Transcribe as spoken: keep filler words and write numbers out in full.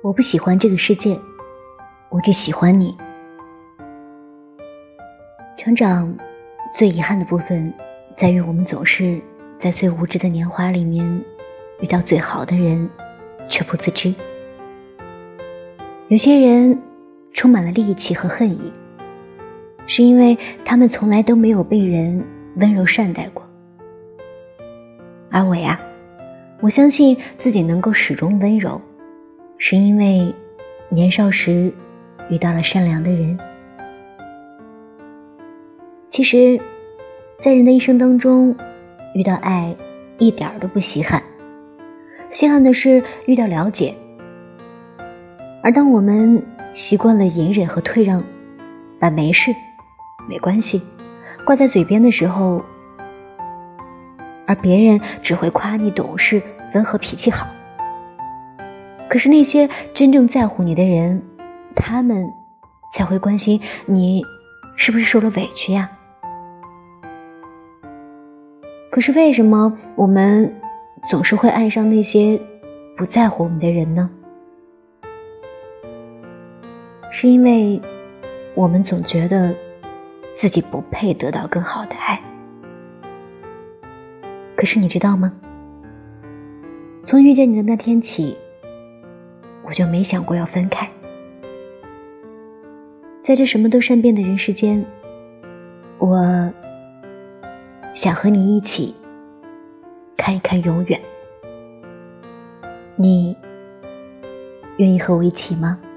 我不喜欢这个世界，我只喜欢你。成长最遗憾的部分在于我们总是在最无知的年华里面遇到最好的人，却不自知。有些人充满了戾气和恨意，是因为他们从来都没有被人温柔善待过。而我呀，我相信自己能够始终温柔，是因为年少时遇到了善良的人。其实在人的一生当中，遇到爱一点都不稀罕，稀罕的是遇到了解。而当我们习惯了隐忍和退让，把没事没关系挂在嘴边的时候，而别人只会夸你懂事温和脾气好，可是那些真正在乎你的人，他们才会关心你是不是受了委屈呀。可是为什么我们总是会爱上那些不在乎我们的人呢？是因为我们总觉得自己不配得到更好的爱。可是你知道吗？从遇见你的那天起，我就没想过要分开。在这什么都善变的人世间，我想和你一起看一看永远。你愿意和我一起吗？